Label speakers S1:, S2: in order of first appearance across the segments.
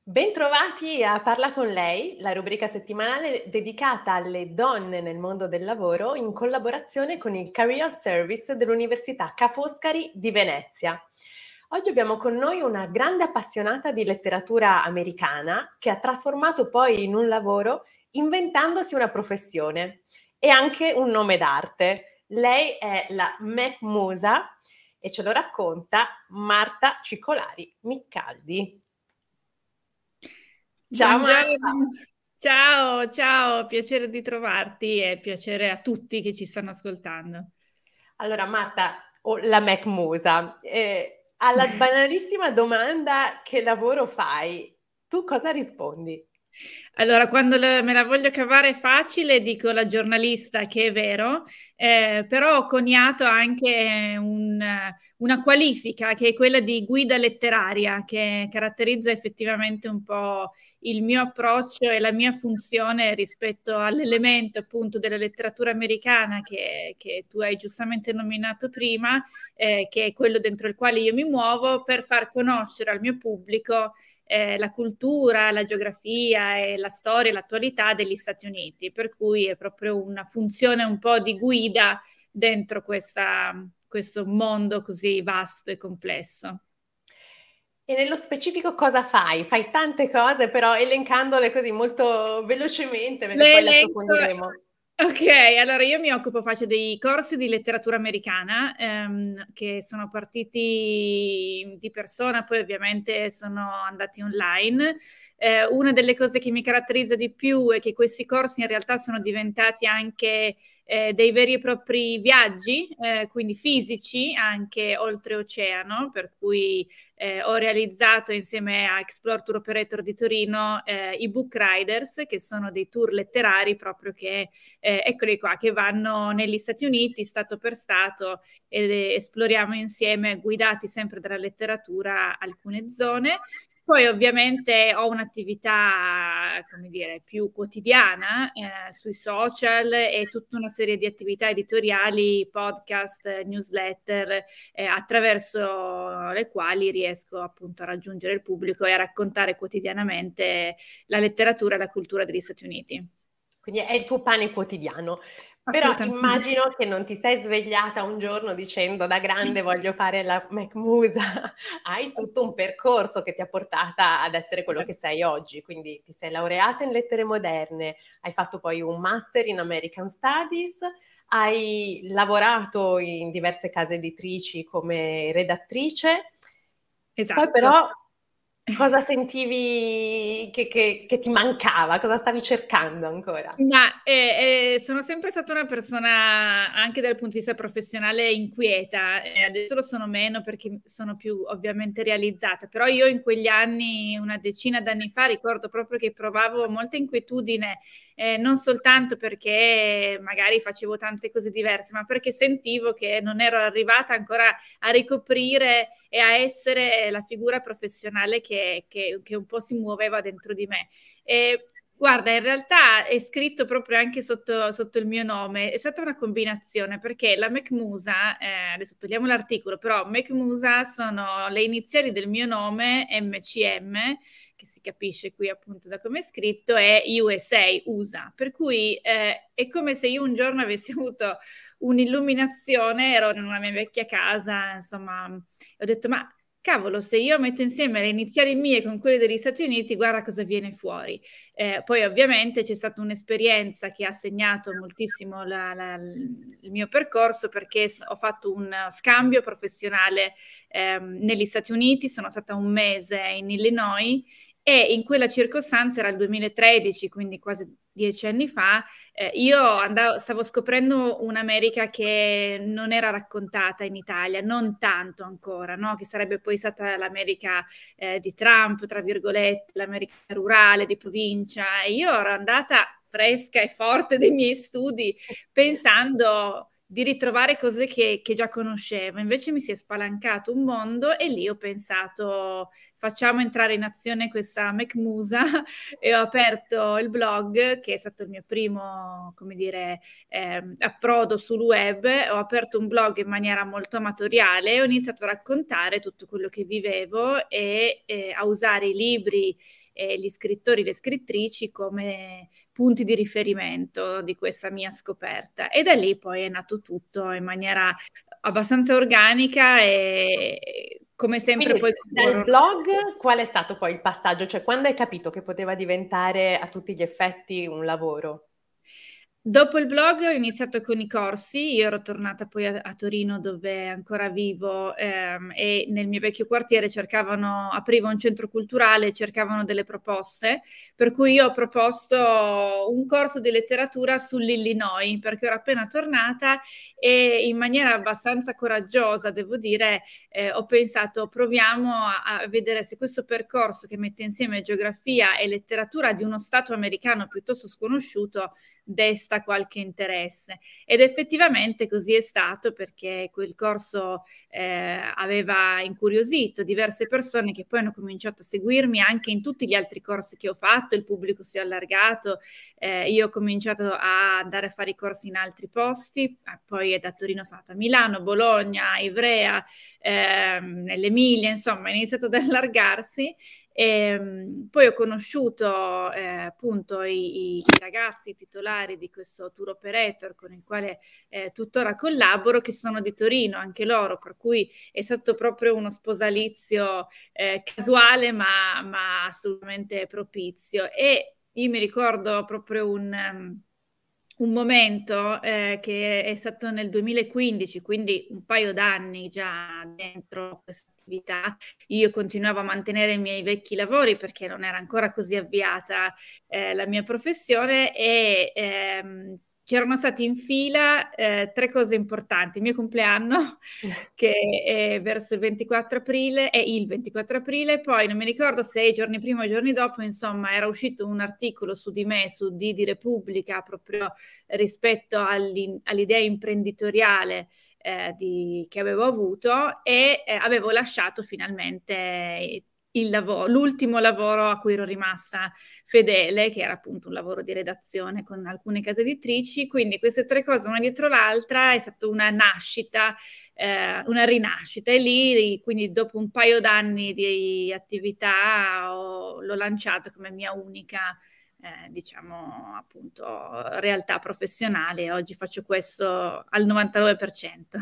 S1: Bentrovati a Parla con lei, la rubrica settimanale dedicata alle donne nel mondo del lavoro in collaborazione con il Career Service dell'Università Ca' Foscari di Venezia. Oggi abbiamo con noi una grande appassionata di letteratura americana che ha trasformato poi in un lavoro inventandosi una professione e anche un nome d'arte. Lei è la Mac Musa e ce lo racconta Marta Cicolari Miccaldi. Ciao Marta!
S2: Buongiorno, ciao, piacere di trovarti e piacere a tutti che ci stanno ascoltando.
S1: Allora Marta, o la Mac Musa, alla banalissima domanda che lavoro fai, tu cosa rispondi?
S2: Allora, me la voglio cavare facile, dico la giornalista, che è vero, però ho coniato anche una qualifica che è quella di guida letteraria, che caratterizza effettivamente un po' il mio approccio e la mia funzione rispetto all'elemento appunto della letteratura americana che tu hai giustamente nominato prima, che è quello dentro il quale io mi muovo per far conoscere al mio pubblico la cultura, la geografia e la storia e l'attualità degli Stati Uniti, per cui è proprio una funzione un po' di guida dentro questo mondo così vasto e complesso.
S1: E nello specifico cosa fai? Fai tante cose, però elencandole così molto velocemente, perché poi le
S2: L'elenco.
S1: approfondiremo.
S2: Ok, allora io faccio dei corsi di letteratura americana che sono partiti di persona, poi ovviamente sono andati online. Una delle cose che mi caratterizza di più è che questi corsi in realtà sono diventati anche dei veri e propri viaggi, quindi fisici anche oltreoceano, per cui ho realizzato insieme a Explore Tour Operator di Torino i Book Riders, che sono dei tour letterari proprio che eccoli qua, che vanno negli Stati Uniti, stato per stato, ed esploriamo insieme, guidati sempre dalla letteratura, alcune zone. Poi ovviamente ho un'attività, come dire, più quotidiana sui social e tutta una serie di attività editoriali, podcast, newsletter, attraverso le quali riesco appunto a raggiungere il pubblico e a raccontare quotidianamente la letteratura e la cultura degli Stati Uniti.
S1: Quindi è il tuo pane quotidiano. Però
S2: Assolutamente.
S1: immagino che non ti sei svegliata un giorno dicendo da grande voglio fare la McMusa. Hai tutto un percorso che ti ha portata ad essere quello che sei oggi. Quindi ti sei laureata in lettere moderne, hai fatto poi un master in American Studies, hai lavorato in diverse case editrici come redattrice. Poi
S2: Esatto.
S1: però cosa sentivi che ti mancava? Cosa stavi cercando ancora?
S2: Ma sono sempre stata una persona, anche dal punto di vista professionale, inquieta. Adesso lo sono meno perché sono più ovviamente realizzata, però io in quegli anni, una decina d'anni fa, ricordo proprio che provavo molta inquietudine, non soltanto perché magari facevo tante cose diverse, ma perché sentivo che non ero arrivata ancora a ricoprire e a essere la figura professionale che un po' si muoveva dentro di me. E, guarda, in realtà è scritto proprio anche sotto il mio nome, è stata una combinazione perché la McMusa, adesso togliamo l'articolo, però McMusa sono le iniziali del mio nome, MCM, che si capisce qui appunto da come è scritto, è USA, USA, per cui è come se io un giorno avessi avuto un'illuminazione, ero in una mia vecchia casa, insomma, ho detto ma cavolo, se io metto insieme le iniziali mie con quelle degli Stati Uniti, guarda cosa viene fuori. Poi ovviamente c'è stata un'esperienza che ha segnato moltissimo il mio percorso perché ho fatto un scambio professionale negli Stati Uniti, sono stata un mese in Illinois e in quella circostanza era il 2013, quindi quasi 10 anni fa, stavo scoprendo un'America che non era raccontata in Italia, non tanto ancora, no? Che sarebbe poi stata l'America di Trump, tra virgolette, l'America rurale, di provincia. E io ero andata fresca e forte dei miei studi, pensando di ritrovare cose che già conoscevo. Invece mi si è spalancato un mondo e lì ho pensato facciamo entrare in azione questa McMusa e ho aperto il blog, che è stato il mio primo, come dire, approdo sul web. Ho aperto un blog in maniera molto amatoriale e ho iniziato a raccontare tutto quello che vivevo e a usare i libri gli scrittori, le scrittrici come punti di riferimento di questa mia scoperta. E da lì poi è nato tutto in maniera abbastanza organica e come sempre
S1: Quindi
S2: poi
S1: dal blog qual è stato poi il passaggio? Cioè quando hai capito che poteva diventare a tutti gli effetti un lavoro?
S2: Dopo il blog ho iniziato con i corsi, io ero tornata poi a Torino dove ancora vivo e nel mio vecchio quartiere apriva un centro culturale, cercavano delle proposte, per cui io ho proposto un corso di letteratura sull'Illinois perché ero appena tornata e in maniera abbastanza coraggiosa, devo dire, ho pensato proviamo a vedere se questo percorso che mette insieme geografia e letteratura di uno stato americano piuttosto sconosciuto desta qualche interesse ed effettivamente così è stato perché quel corso aveva incuriosito diverse persone che poi hanno cominciato a seguirmi anche in tutti gli altri corsi che ho fatto, il pubblico si è allargato, io ho cominciato a andare a fare i corsi in altri posti, poi da Torino sono andata a Milano, Bologna, Ivrea, nell'Emilia, insomma è iniziato ad allargarsi. Poi ho conosciuto appunto i ragazzi titolari di questo tour operator con il quale tuttora collaboro, che sono di Torino, anche loro, per cui è stato proprio uno sposalizio casuale ma assolutamente propizio. E io mi ricordo proprio un momento che è stato nel 2015, quindi un paio d'anni già dentro questa attività. Io continuavo a mantenere i miei vecchi lavori perché non era ancora così avviata la mia professione e c'erano stati in fila 3 cose importanti. Il mio compleanno, che è verso il 24 aprile, è il 24 aprile, poi non mi ricordo se i giorni prima o i giorni dopo, insomma, era uscito un articolo su di me, su di Repubblica, proprio rispetto all'idea imprenditoriale che avevo avuto e avevo lasciato finalmente l'ultimo lavoro a cui ero rimasta fedele, che era appunto un lavoro di redazione con alcune case editrici. Quindi queste 3 cose una dietro l'altra è stata una nascita, una rinascita e lì quindi dopo un paio d'anni di attività l'ho lanciato come mia unica diciamo appunto realtà professionale e oggi faccio questo al 99%.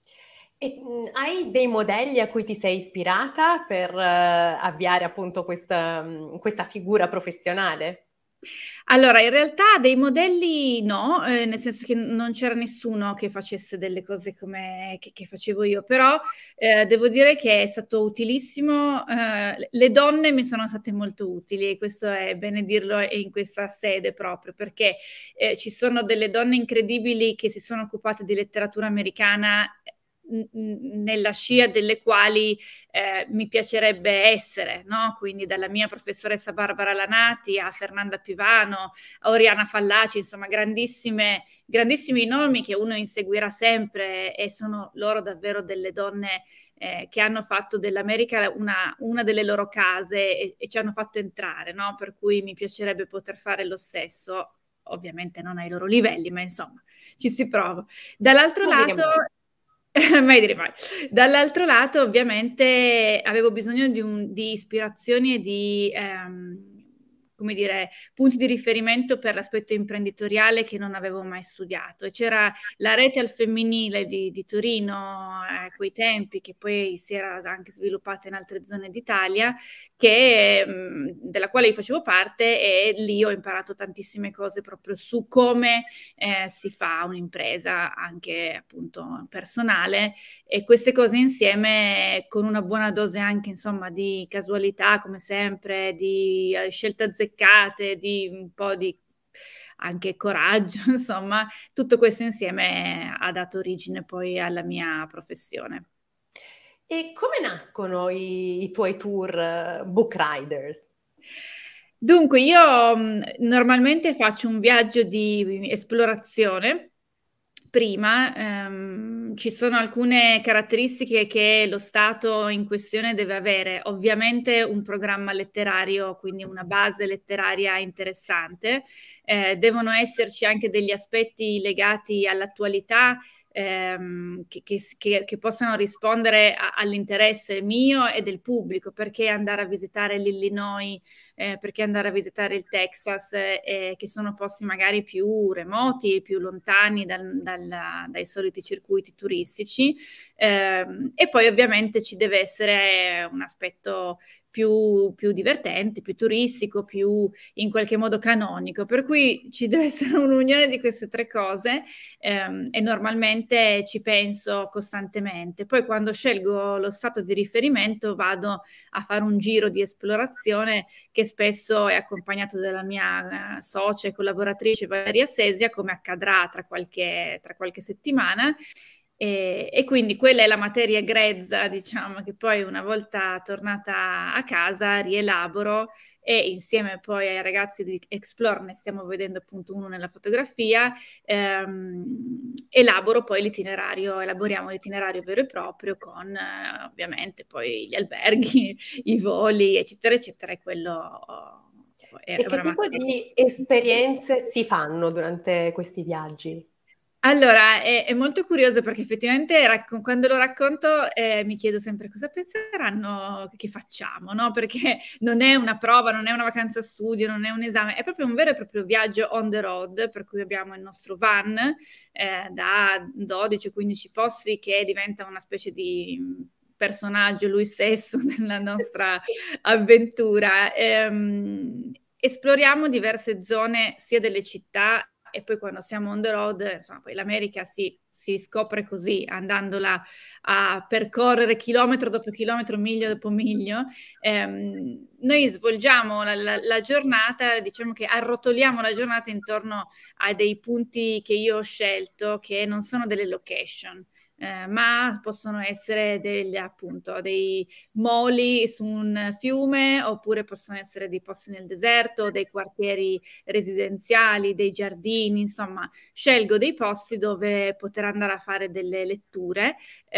S1: E hai dei modelli a cui ti sei ispirata per avviare appunto questa figura professionale?
S2: Allora, in realtà dei modelli no, nel senso che non c'era nessuno che facesse delle cose come che facevo io, però, devo dire che è stato utilissimo, le donne mi sono state molto utili e questo è bene dirlo e in questa sede proprio, perché, ci sono delle donne incredibili che si sono occupate di letteratura americana, nella scia delle quali mi piacerebbe essere, no? Quindi dalla mia professoressa Barbara Lanati a Fernanda Pivano, a Oriana Fallaci, insomma grandissimi nomi che uno inseguirà sempre e sono loro davvero delle donne che hanno fatto dell'America una delle loro case e ci hanno fatto entrare, no? Per cui mi piacerebbe poter fare lo stesso, ovviamente non ai loro livelli, ma insomma ci si prova. Dall'altro
S1: Non dire
S2: lato
S1: mai.
S2: mai dire mai. Dall'altro lato ovviamente avevo bisogno di ispirazioni e di, come dire, punti di riferimento per l'aspetto imprenditoriale che non avevo mai studiato. E c'era la rete al femminile di Torino a quei tempi, che poi si era anche sviluppata in altre zone d'Italia, della quale io facevo parte e lì ho imparato tantissime cose proprio su come si fa un'impresa anche appunto personale e queste cose insieme con una buona dose anche insomma di casualità come sempre, di scelte azzeccate, di un po' di anche coraggio, insomma, tutto questo insieme ha dato origine poi alla mia professione.
S1: E come nascono i tuoi tour Book Riders?
S2: Dunque io, normalmente faccio un viaggio di esplorazione prima, ci sono alcune caratteristiche che lo Stato in questione deve avere. Ovviamente un programma letterario, quindi una base letteraria interessante. Devono esserci anche degli aspetti legati all'attualità, che possano rispondere all'interesse mio e del pubblico. Perché andare a visitare l'Illinois, perché andare a visitare il Texas, che sono posti magari più remoti, più lontani dai soliti circuiti turistici. E poi ovviamente ci deve essere un aspetto più divertente, più turistico, più in qualche modo canonico, per cui ci deve essere un'unione di queste tre cose, e normalmente ci penso costantemente. Poi quando scelgo lo stato di riferimento vado a fare un giro di esplorazione che spesso è accompagnato dalla mia socia e collaboratrice Valeria Sesia, come accadrà tra qualche settimana. E quindi quella è la materia grezza, diciamo, che poi una volta tornata a casa rielaboro, e insieme poi ai ragazzi di Explore, ne stiamo vedendo appunto uno nella fotografia, elaboriamo l'itinerario vero e proprio con ovviamente poi gli alberghi, i voli, eccetera, eccetera, e quello
S1: E
S2: è
S1: che
S2: una
S1: tipo
S2: materia.
S1: di esperienze si fanno durante questi viaggi?
S2: Allora, è molto curioso perché effettivamente quando lo racconto mi chiedo sempre cosa penseranno che facciamo, no? Perché non è una prova, non è una vacanza studio, non è un esame, è proprio un vero e proprio viaggio on the road, per cui abbiamo il nostro van da 12-15 posti, che diventa una specie di personaggio lui stesso nella nostra avventura. Esploriamo diverse zone sia delle città, e poi quando siamo on the road, insomma, poi l'America si scopre così, andandola a percorrere chilometro dopo chilometro, miglio dopo miglio. Noi svolgiamo la giornata, diciamo che arrotoliamo la giornata intorno a dei punti che io ho scelto, che non sono delle location, ma possono essere appunto dei moli su un fiume, oppure possono essere dei posti nel deserto, dei quartieri residenziali, dei giardini, insomma, scelgo dei posti dove poter andare a fare delle letture,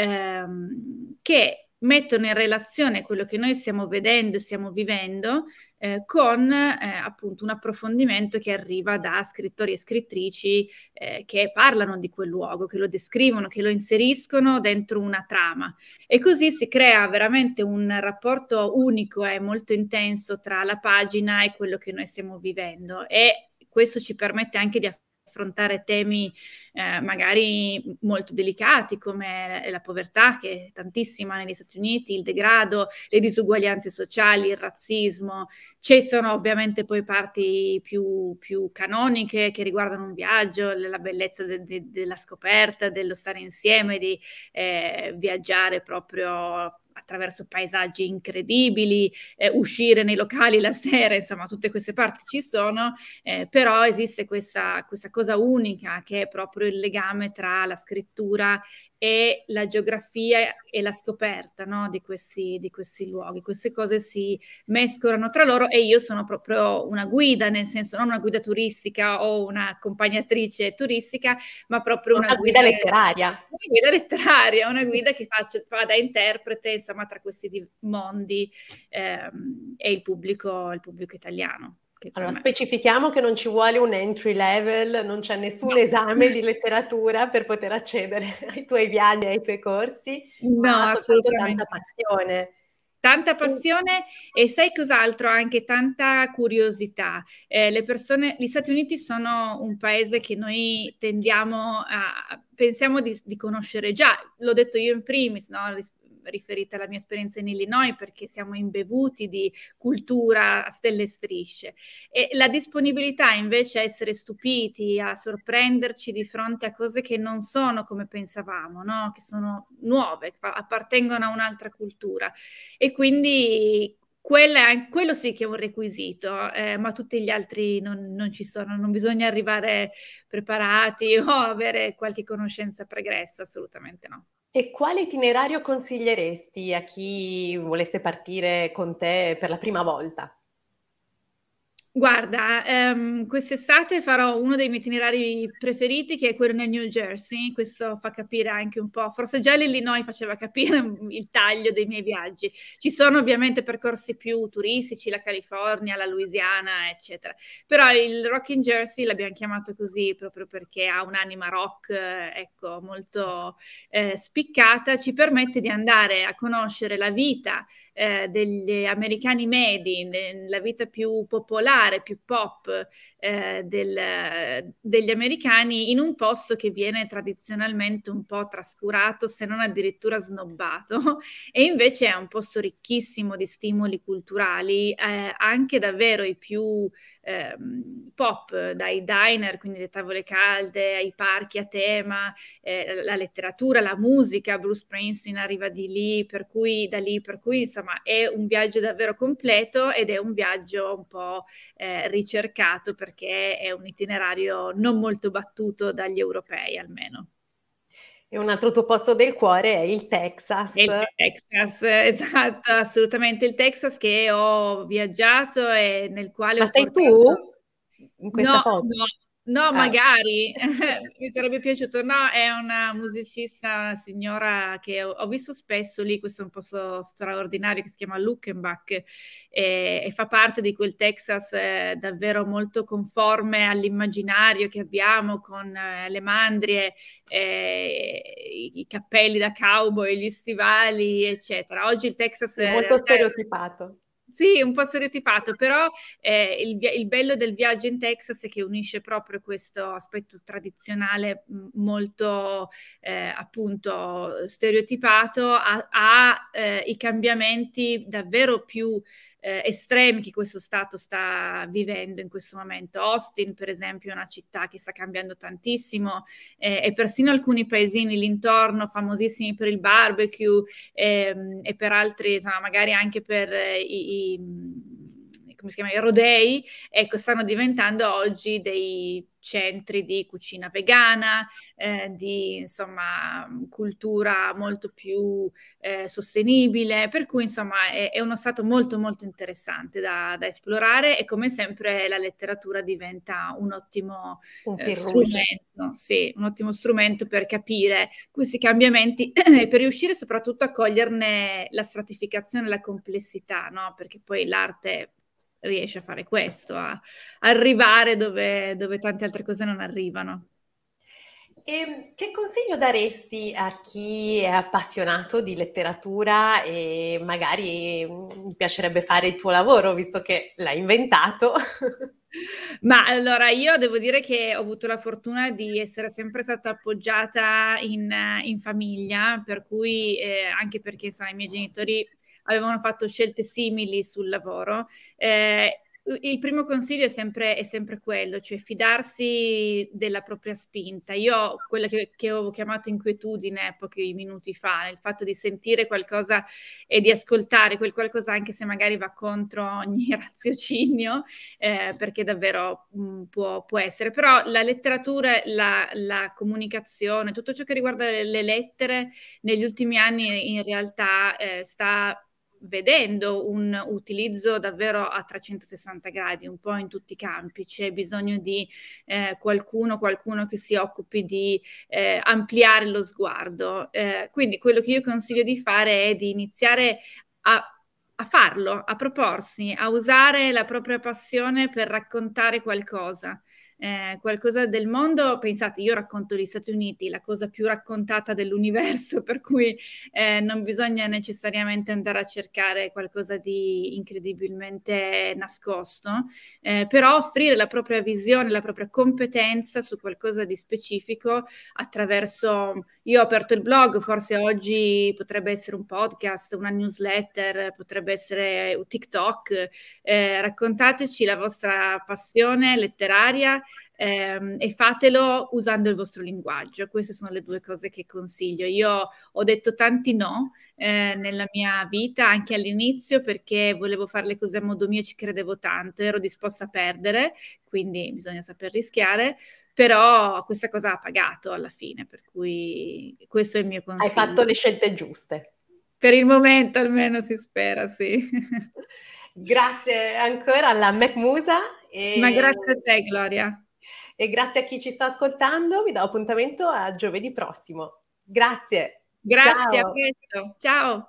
S2: che mettono in relazione quello che noi stiamo vedendo e stiamo vivendo, con appunto un approfondimento che arriva da scrittori e scrittrici che parlano di quel luogo, che lo descrivono, che lo inseriscono dentro una trama. E così si crea veramente un rapporto unico e molto intenso tra la pagina e quello che noi stiamo vivendo, e questo ci permette anche di affrontare temi magari molto delicati, come la povertà, che è tantissima negli Stati Uniti, il degrado, le disuguaglianze sociali, il razzismo. Ci sono ovviamente poi parti più canoniche che riguardano un viaggio, la bellezza della scoperta, dello stare insieme, di viaggiare proprio attraverso paesaggi incredibili, uscire nei locali la sera, insomma tutte queste parti ci sono, però esiste questa cosa unica, che è proprio il legame tra la scrittura e la geografia e la scoperta, no, di questi luoghi. Queste cose si mescolano tra loro, e io sono proprio una guida, nel senso non una guida turistica o una accompagnatrice turistica, ma proprio
S1: Una guida letteraria.
S2: una guida che fa da interprete, insomma, tra questi mondi, e il pubblico italiano.
S1: Allora, specifichiamo che non ci vuole un entry level, non c'è nessun esame di letteratura per poter accedere ai tuoi viaggi, ai tuoi corsi,
S2: No,
S1: ma soltanto tanta
S2: assolutamente.
S1: passione.
S2: Tanta passione, e sai cos'altro? Anche tanta curiosità. Gli Stati Uniti sono un paese che noi pensiamo di conoscere già, l'ho detto io in primis, no? Riferita alla mia esperienza in Illinois, perché siamo imbevuti di cultura a stelle e strisce, e la disponibilità invece a essere stupiti, a sorprenderci di fronte a cose che non sono come pensavamo, no? Che sono nuove, che appartengono a un'altra cultura. E quindi quello sì che è un requisito, ma tutti gli altri non ci sono, non bisogna arrivare preparati o avere qualche conoscenza pregressa, assolutamente no.
S1: E quale itinerario consiglieresti a chi volesse partire con te per la prima volta?
S2: Guarda, quest'estate farò uno dei miei itinerari preferiti, che è quello nel New Jersey. Questo fa capire anche un po', forse già l'Illinois faceva capire il taglio dei miei viaggi. Ci sono ovviamente percorsi più turistici, la California, la Louisiana, eccetera. Però il Rocking Jersey l'abbiamo chiamato così proprio perché ha un'anima rock, ecco, molto spiccata. Ci permette di andare a conoscere la vita degli americani medi, la vita più popolare, più pop degli americani, in un posto che viene tradizionalmente un po' trascurato, se non addirittura snobbato, e invece è un posto ricchissimo di stimoli culturali, anche davvero i più pop, dai diner, quindi le tavole calde, ai parchi a tema, la letteratura, la musica. Bruce Springsteen arriva di lì, per cui da lì, per cui insomma è un viaggio davvero completo ed è un viaggio un po' ricercato, perché è un itinerario non molto battuto dagli europei almeno.
S1: E un altro tuo posto del cuore è il Texas.
S2: È il Texas, esatto, assolutamente il Texas, che ho viaggiato e nel quale
S1: Ma
S2: ho
S1: sei
S2: portato.
S1: tu in questa
S2: No,
S1: foto?
S2: no, no,
S1: Ah.
S2: magari mi sarebbe piaciuto. No, è una musicista, una signora che ho visto spesso lì. Questo è un posto straordinario che si chiama Luckenbach, e fa parte di quel Texas davvero molto conforme all'immaginario che abbiamo, con le mandrie, i cappelli da cowboy, gli stivali, eccetera. Oggi il Texas
S1: È
S2: in
S1: molto
S2: realtà
S1: stereotipato.
S2: sì, un po' stereotipato, però il bello del viaggio in Texas è che unisce proprio questo aspetto tradizionale, molto appunto stereotipato, i cambiamenti davvero più estremi che questo stato sta vivendo in questo momento. Austin, per esempio, è una città che sta cambiando tantissimo, e persino alcuni paesini lì intorno, famosissimi per il barbecue, e per altri, insomma, magari anche per come si chiama, i rodei, ecco, stanno diventando oggi dei centri di cucina vegana, di insomma cultura molto più sostenibile, per cui insomma è uno stato molto molto interessante da esplorare, e come sempre la letteratura diventa un ottimo
S1: Un fil rouge.
S2: strumento, sì, un ottimo strumento per capire questi cambiamenti e per riuscire soprattutto a coglierne la stratificazione e la complessità, no? Perché poi l'arte riesce a fare questo, a arrivare dove tante altre cose non arrivano.
S1: E che consiglio daresti a chi è appassionato di letteratura e magari gli piacerebbe fare il tuo lavoro, visto che l'hai inventato?
S2: Ma allora io devo dire che ho avuto la fortuna di essere sempre stata appoggiata in famiglia, per cui anche perché sai, i miei genitori avevano fatto scelte simili sul lavoro. Il primo consiglio è sempre quello, cioè fidarsi della propria spinta. Io, quella che ho chiamato inquietudine pochi minuti fa, il fatto di sentire qualcosa e di ascoltare quel qualcosa, anche se magari va contro ogni raziocinio, perché davvero può essere. Però la letteratura, la comunicazione, tutto ciò che riguarda le lettere, negli ultimi anni in realtà sta vedendo un utilizzo davvero a 360 gradi, un po' in tutti i campi. C'è bisogno di qualcuno che si occupi di ampliare lo sguardo. Quindi quello che io consiglio di fare è di iniziare a farlo, a proporsi, a usare la propria passione per raccontare qualcosa. Qualcosa del mondo. Pensate, io racconto gli Stati Uniti, la cosa più raccontata dell'universo, per cui non bisogna necessariamente andare a cercare qualcosa di incredibilmente nascosto, però offrire la propria visione, la propria competenza su qualcosa di specifico attraverso. Io ho aperto il blog, forse oggi potrebbe essere un podcast, una newsletter, potrebbe essere un TikTok. Raccontateci la vostra passione letteraria, e fatelo usando il vostro linguaggio. Queste sono le due cose che consiglio. Io ho detto tanti no nella mia vita, anche all'inizio, perché volevo fare le cose a modo mio, ci credevo tanto, ero disposta a perdere, quindi bisogna saper rischiare, però questa cosa ha pagato alla fine, per cui questo è il mio
S1: Hai
S2: consiglio.
S1: fatto le scelte giuste.
S2: Per il momento almeno si spera, sì.
S1: Grazie ancora alla MacMusa.
S2: Ma grazie a te, Gloria.
S1: E grazie a chi ci sta ascoltando, vi do appuntamento a giovedì prossimo. Grazie.
S2: Grazie,
S1: Ciao.
S2: a presto. Ciao.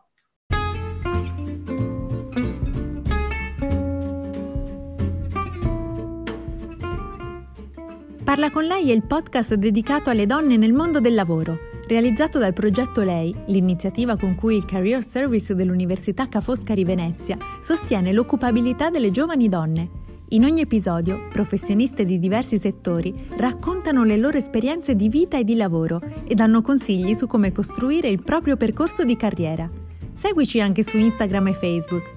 S3: Parla con lei è il podcast dedicato alle donne nel mondo del lavoro, realizzato dal progetto Lei, l'iniziativa con cui il Career Service dell'Università Ca' Foscari Venezia sostiene l'occupabilità delle giovani donne. In ogni episodio, professioniste di diversi settori raccontano le loro esperienze di vita e di lavoro e danno consigli su come costruire il proprio percorso di carriera. Seguici anche su Instagram e Facebook.